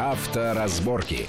Авторазборки.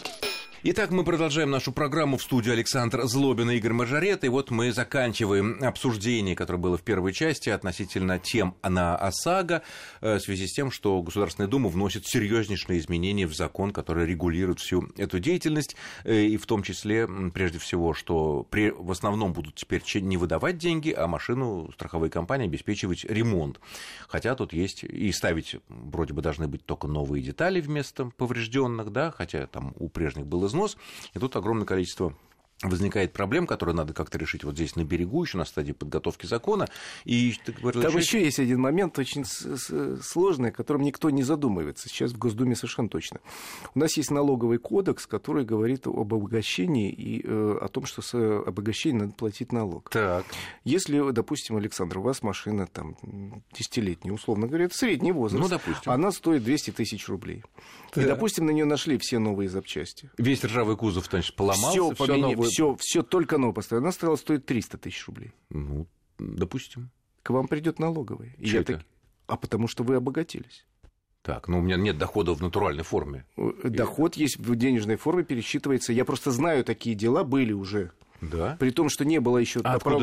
Итак, мы продолжаем нашу программу. В студии Александр Злобин и Игорь Маржарет. И вот мы заканчиваем обсуждение, которое было в первой части относительно тем на ОСАГО, в связи с тем, что Государственная Дума вносит серьезнейшие изменения в закон, который регулирует всю эту деятельность, и в том числе, прежде всего, что в основном будут теперь не выдавать деньги, а машину страховые компании обеспечивать ремонт. Хотя тут есть и ставить, вроде бы должны быть только новые детали вместо поврежденных, да, хотя там у прежних был износ, и тут огромное количество возникает проблем, которые надо как-то решить вот здесь на берегу, еще на стадии подготовки закона. И, там еще есть один момент очень сложный, о котором никто не задумывается. Сейчас в Госдуме совершенно точно. У нас есть налоговый кодекс, который говорит об обогащении и о том, что с обогащением надо платить налог. Так. Если, допустим, Александр, у вас машина там 10-летняя, условно говоря, это средний возраст, ну, допустим. Она стоит 200 тысяч рублей. Да. И, допустим, на нее нашли все новые запчасти. Весь ржавый кузов, значит, поломался, все новое. Все только новое поставили. Она стала стоить 300 тысяч рублей. Ну, допустим. К вам придет налоговая. А потому что вы обогатились. Так, ну у меня нет дохода в натуральной форме. Доход есть в денежной форме, пересчитывается. Я просто знаю, такие дела были уже. Да? При том, что не было еще...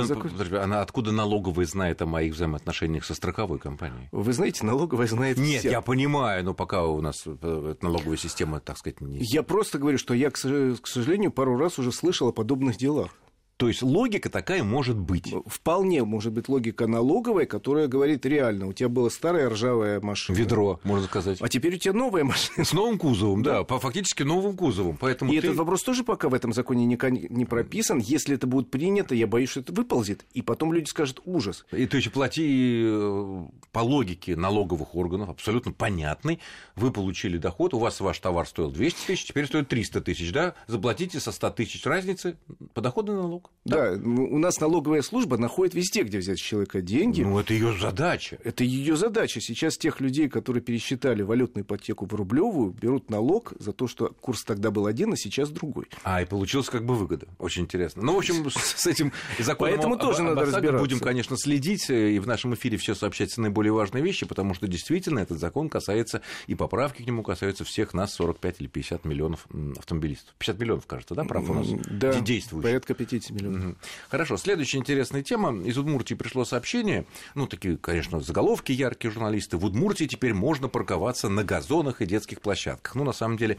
Откуда налоговая знает о моих взаимоотношениях со страховой компанией? Вы знаете, налоговая знает Нет, всех. я понимаю, но пока у нас налоговая система, так сказать, не... Я просто говорю, что я, к сожалению, пару раз уже слышал о подобных делах. То есть логика такая может быть? Вполне может быть логика налоговая, которая говорит реально, у тебя была старая ржавая машина. Ведро, можно сказать. А теперь у тебя новая машина. С новым кузовом, да, фактически новым кузовом. Поэтому и этот вопрос тоже пока в этом законе не прописан. Если это будет принято, я боюсь, что это выползет. И потом люди скажут ужас. И то есть плати по логике налоговых органов, абсолютно понятный. Вы получили доход, у вас ваш товар стоил 200 тысяч, теперь стоит 300 тысяч, да? Заплатите со 100 тысяч разницы подоходный налог. Да, у нас налоговая служба находит везде, где взять с человека деньги. Ну, это ее задача. Это ее задача. Сейчас тех людей, которые пересчитали валютную ипотеку в рублевую, берут налог за то, что курс тогда был один, а сейчас другой. И получилось как бы выгода. Очень интересно. Ну, в общем, с этим законом поэтому тоже надо разбираться. Будем, конечно, следить, и в нашем эфире все сообщать наиболее важные вещи, потому что действительно этот закон касается, и поправки к нему касаются всех нас, 45 или 50 миллионов автомобилистов. 50 миллионов, кажется, да, прав у нас действующих? Порядка 50 миллионов. Хорошо, следующая интересная тема. Из Удмуртии пришло сообщение, такие, конечно, заголовки яркие журналисты. В Удмуртии теперь можно парковаться на газонах и детских площадках. На самом деле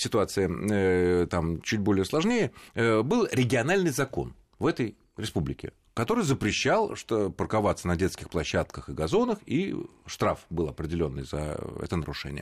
ситуация там чуть более сложнее. Был региональный закон в этой республике, который запрещал парковаться на детских площадках и газонах, и штраф был определенный за это нарушение.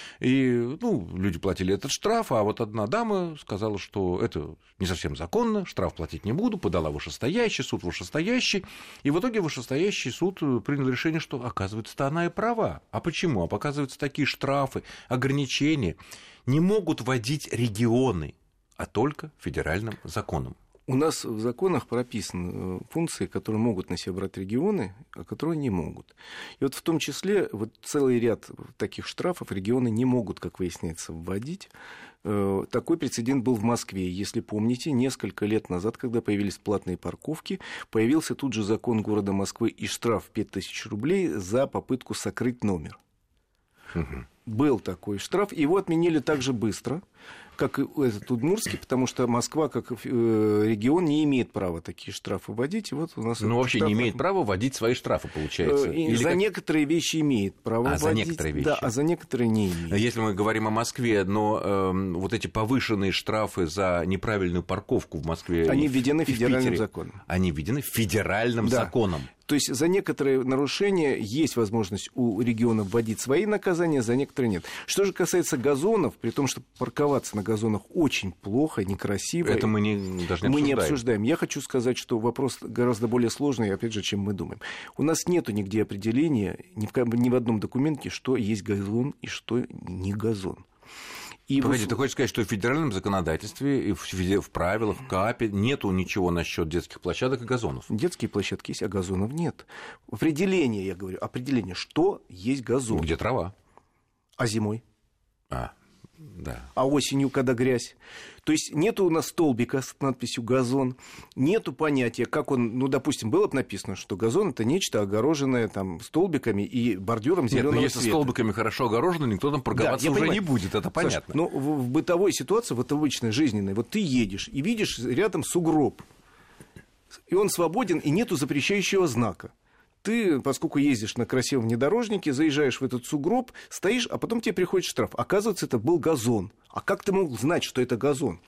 И люди платили этот штраф, а вот одна дама сказала, что это не совсем законно, штраф платить не буду, подала вышестоящий, суд вышестоящий, и в итоге вышестоящий суд принял решение, что, оказывается-то, она и права. А почему? Оказывается, такие штрафы, ограничения не могут вводить регионы, а только федеральным законом. У нас в законах прописаны функции, которые могут на себя брать регионы, а которые не могут. И вот в том числе целый ряд таких штрафов регионы не могут, как выясняется, вводить. Такой прецедент был в Москве. Если помните, несколько лет назад, когда появились платные парковки, появился тут же закон города Москвы и штраф 5000 рублей за попытку сокрыть номер. Был такой штраф, его отменили так же быстро, как и этот удмуртский, потому что Москва, как регион, не имеет права такие штрафы вводить. И вот у нас вообще не имеет права вводить свои штрафы, получается. Некоторые вещи имеет право вводить. За некоторые вещи. Да, а за некоторые не имеет. Если мы говорим о Москве, но вот эти повышенные штрафы за неправильную парковку в Москве... Они введены федеральным законом. Они введены федеральным законом. То есть за некоторые нарушения есть возможность у регионов вводить свои наказания, за некоторые нет. Что же касается газонов, при том, что парковаться на газонах очень плохо, некрасиво. Это мы даже не обсуждаем. Я хочу сказать, что вопрос гораздо более сложный, опять же, чем мы думаем. У нас нету нигде определения, ни в одном документе, что есть газон и что не газон. Погоди, ты хочешь сказать, что в федеральном законодательстве, и в правилах, в КАПе нету ничего насчет детских площадок и газонов? Детские площадки есть, а газонов нет. Определение, я говорю, что есть газон. Где трава? А зимой? Да. А осенью, когда грязь. То есть нету у нас столбика с надписью «газон», нету понятия, как он, ну, допустим, было бы написано, что газон – это нечто огороженное там столбиками и бордюром зеленого цвета. Если столбиками хорошо огорожено, никто там парковаться уже не будет, это понятно. Саш, но в бытовой ситуации, вот обычной, жизненной, вот ты едешь и видишь рядом сугроб, и он свободен, и нету запрещающего знака. Ты, поскольку ездишь на красивом внедорожнике, заезжаешь в этот сугроб, стоишь, а потом тебе приходит штраф. Оказывается, это был газон. А как ты мог знать, что это газон?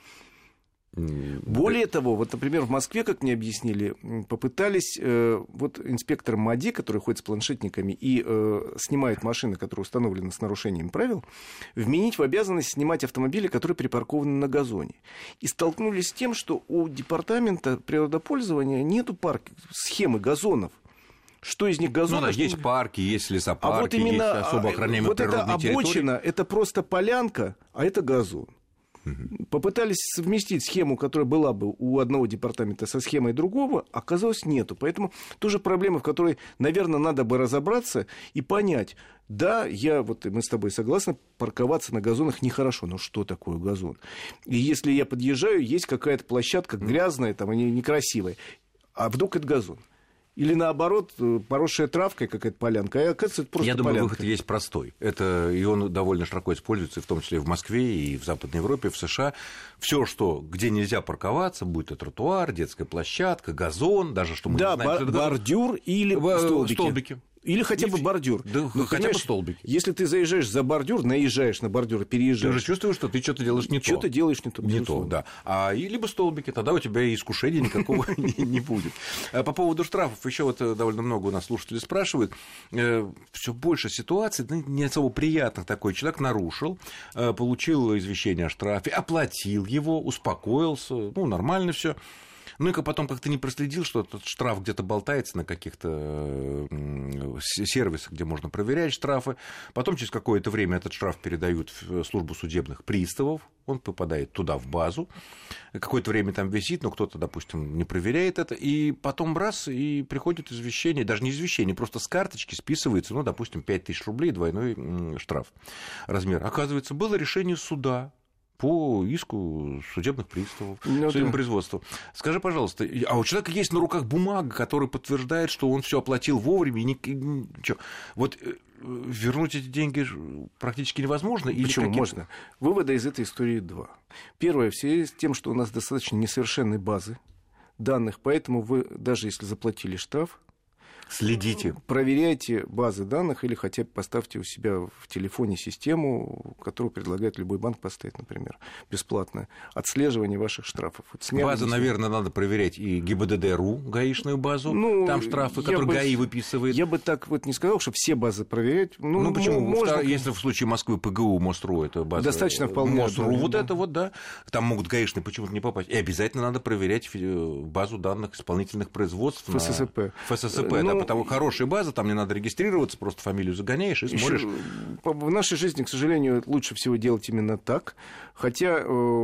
Более того, вот, например, в Москве, как мне объяснили, попытались вот инспектор МАДИ, который ходит с планшетниками и снимает машины, которые установлены с нарушением правил, вменить в обязанность снимать автомобили, которые припаркованы на газоне. И столкнулись с тем, что у департамента природопользования нету схемы газонов. Что из них газон? Ну, да, есть парки, есть лесопарки, а вот именно, есть особо охраняемые природные территории. Вот эта обочина, это просто полянка, а это газон. Попытались совместить схему, которая была бы у одного департамента, со схемой другого, оказалось, нету. Поэтому тоже проблема, в которой, наверное, надо бы разобраться и понять. Да, мы с тобой согласны, парковаться на газонах нехорошо. Но что такое газон? И если я подъезжаю, есть какая-то площадка грязная, там, некрасивая, а вдруг это газон. Или наоборот, поросшая травкой какая-то полянка, а оказывается, это просто Я думаю, полянка. выход есть простой. И он довольно широко используется, в том числе и в Москве, и в Западной Европе, в США. Все, где нельзя парковаться, будь то тротуар, детская площадка, газон, даже что мы не знаем, что это бордюр или столбики. Или хотя бы бордюр. Да, ну, хотя бы столбики. Если ты заезжаешь за бордюр, наезжаешь на бордюр, переезжаешь. Ты же чувствуешь, что ты что-то делаешь не то. Что-то делаешь не то. Не то, да. Либо столбики, тогда у тебя и искушения никакого не будет. По поводу штрафов, еще вот довольно много у нас слушателей спрашивают. Все больше ситуаций, не особо приятных такой. Человек нарушил, получил извещение о штрафе, оплатил его, успокоился, нормально все. Ну и потом как-то не проследил, что этот штраф где-то болтается на каких-то сервисах, где можно проверять штрафы. Потом через какое-то время этот штраф передают в службу судебных приставов. Он попадает туда, в базу. Какое-то время там висит, но кто-то, допустим, не проверяет это. И потом раз, и приходит извещение, даже не извещение, просто с карточки списывается, допустим, 5000 рублей, двойной штраф размер. Оказывается, было решение суда по иску судебных приставов, судебному производству. Скажи, пожалуйста, а у человека есть на руках бумага, которая подтверждает, что он все оплатил вовремя, и ничего. Вот вернуть эти деньги практически невозможно? Почему? Можно. Вывода из этой истории два. Первое, в связи с тем, что у нас достаточно несовершенной базы данных, поэтому вы, даже если заплатили штраф, следите. Проверяйте базы данных или хотя бы поставьте у себя в телефоне систему, которую предлагает любой банк поставить, например, бесплатное отслеживание ваших штрафов. Базы, наверное, надо проверять и ГИБДД.ру, гаишную базу, там штрафы, которые ГАИ выписывает. Я бы так не сказал, что все базы проверять. Почему? Можно... Если в случае Москвы ПГУ, МОСРУ, это база. Достаточно вполне. МОСРУ, да. Там могут гаишные почему-то не попасть. И обязательно надо проверять базу данных исполнительных производств. ФССП. ФССП, потому что хорошая база, там не надо регистрироваться, просто фамилию загоняешь и смотришь. В нашей жизни, к сожалению, лучше всего делать именно так. Хотя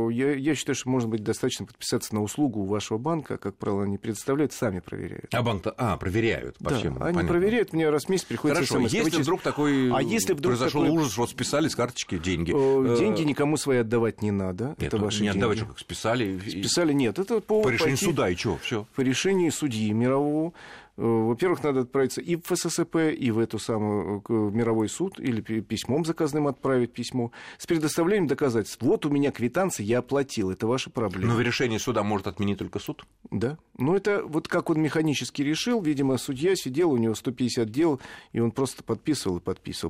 я считаю, что, может быть, достаточно подписаться на услугу у вашего банка. Как правило, они предоставляют, сами проверяют. А банк-то, проверяют по всем. Они проверяют, мне раз в месяц приходится смс. Хорошо, если вдруг такой произошел ужас, что списали с карточки деньги. Деньги никому свои отдавать не надо. Нет, это ваши деньги. Не отдавать, что как списали. Списали, нет. Это по решению суда, и что? Все. По решению судьи мирового. Во-первых, надо отправиться и в ФССП, и в эту самую в мировой суд, или письмом заказным отправить письмо с предоставлением доказательств. Вот у меня квитанция, я оплатил, это ваша проблема. Но решение суда может отменить только суд? Да. Но это вот как он механически решил, видимо, судья сидел, у него 150 дел, и он просто подписывал.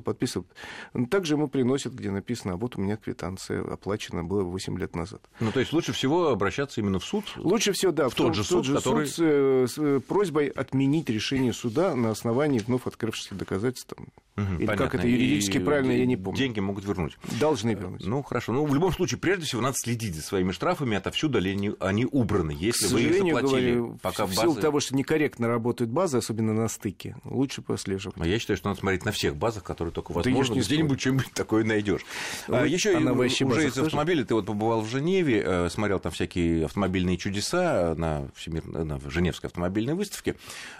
Также ему приносят, где написано, а вот у меня квитанция оплачена, было 8 лет назад. То есть лучше всего обращаться именно в суд? Лучше всего, да, в тот же суд, который... суд с просьбой отменить решение суда на основании вновь открывшихся доказательств. Или понятно. Как это юридически правильно, я не помню. Деньги могут вернуть. Должны вернуть. Хорошо. В любом случае, прежде всего, надо следить за своими штрафами, отовсюду ли они убраны, если вы их заплатили. Говорю, в силу того, что некорректно работают базы, особенно на стыке, лучше прослеживать. Я считаю, что надо смотреть на всех базах, которые только возможно. Где-нибудь что-нибудь такое найдешь. Еще уже из автомобиля, ты побывал в Женеве, смотрел там всякие автомобильные чудеса на Женевской автомобильной выставке.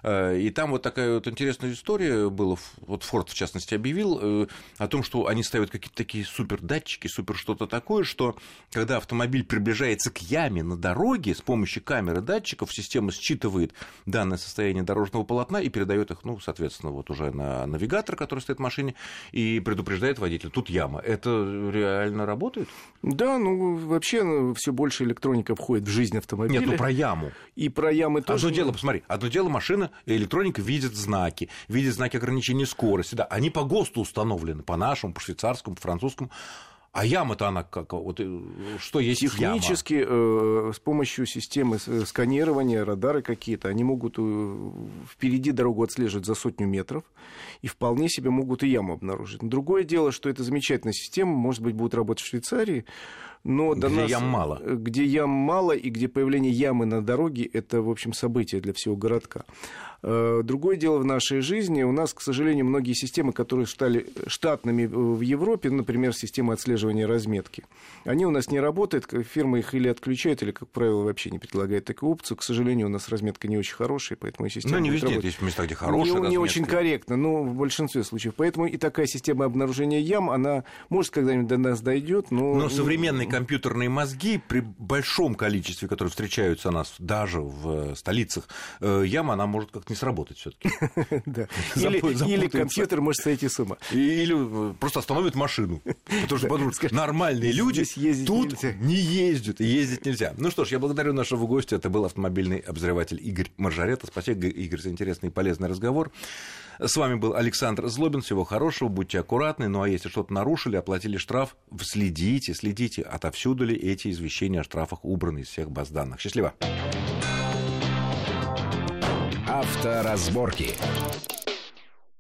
И там вот такая вот интересная история была, вот Форд, в частности, объявил о том, что они ставят какие-то такие супердатчики, супер что-то такое, что когда автомобиль приближается к яме на дороге, с помощью камеры датчиков система считывает данное состояние дорожного полотна и передает их, ну, соответственно, вот уже на навигатор, который стоит в машине, и предупреждает водителя: тут яма. Это реально работает? Да, ну, вообще все больше электроника входит в жизнь автомобиля. Нет, ну про яму. И про ямы тоже. Одно дело, посмотри, одно дело машина, электроника видит знаки ограничения скорости, да, они по ГОСТу установлены, по нашему, по швейцарскому, по французскому. А яма-то она как? Вот, что есть яма? Технически с помощью системы сканирования, радары какие-то, они могут впереди дорогу отслеживать за 100 метров и вполне себе могут и яму обнаружить. Но другое дело, что эта замечательная система, может быть, будет работать в Швейцарии, но до где нас, ям мало. Где ям мало, и где появление ямы на дороге – это, в общем, событие для всего городка. Другое дело в нашей жизни. У нас, к сожалению, многие системы, которые стали штатными в Европе, например, система отслеживания разметки, они у нас не работают, фирмы их или отключают, или, как правило, вообще не предлагают такую опцию. К сожалению, у нас разметка не очень хорошая, поэтому и система... Ну, не везде, есть места, где хорошая разметка. Не очень корректно, но в большинстве случаев. Поэтому и такая система обнаружения ям, она, может, когда-нибудь до нас дойдет, но... Но современные компьютерные мозги при большом количестве, которые встречаются у нас даже в столицах, яма, она может как-то не сработать все-таки. Или компьютер может сойти с ума. Или просто остановит машину. Потому что нормальные люди тут не ездят, и ездить нельзя. Ну что ж, я благодарю нашего гостя. Это был автомобильный обозреватель Игорь Маржарета. Спасибо, Игорь, за интересный и полезный разговор. С вами был Александр Злобин. Всего хорошего, будьте аккуратны. Ну а если что-то нарушили, оплатили штраф, следите, отовсюду ли эти извещения о штрафах убраны из всех баз данных. Счастливо. Авторазборки.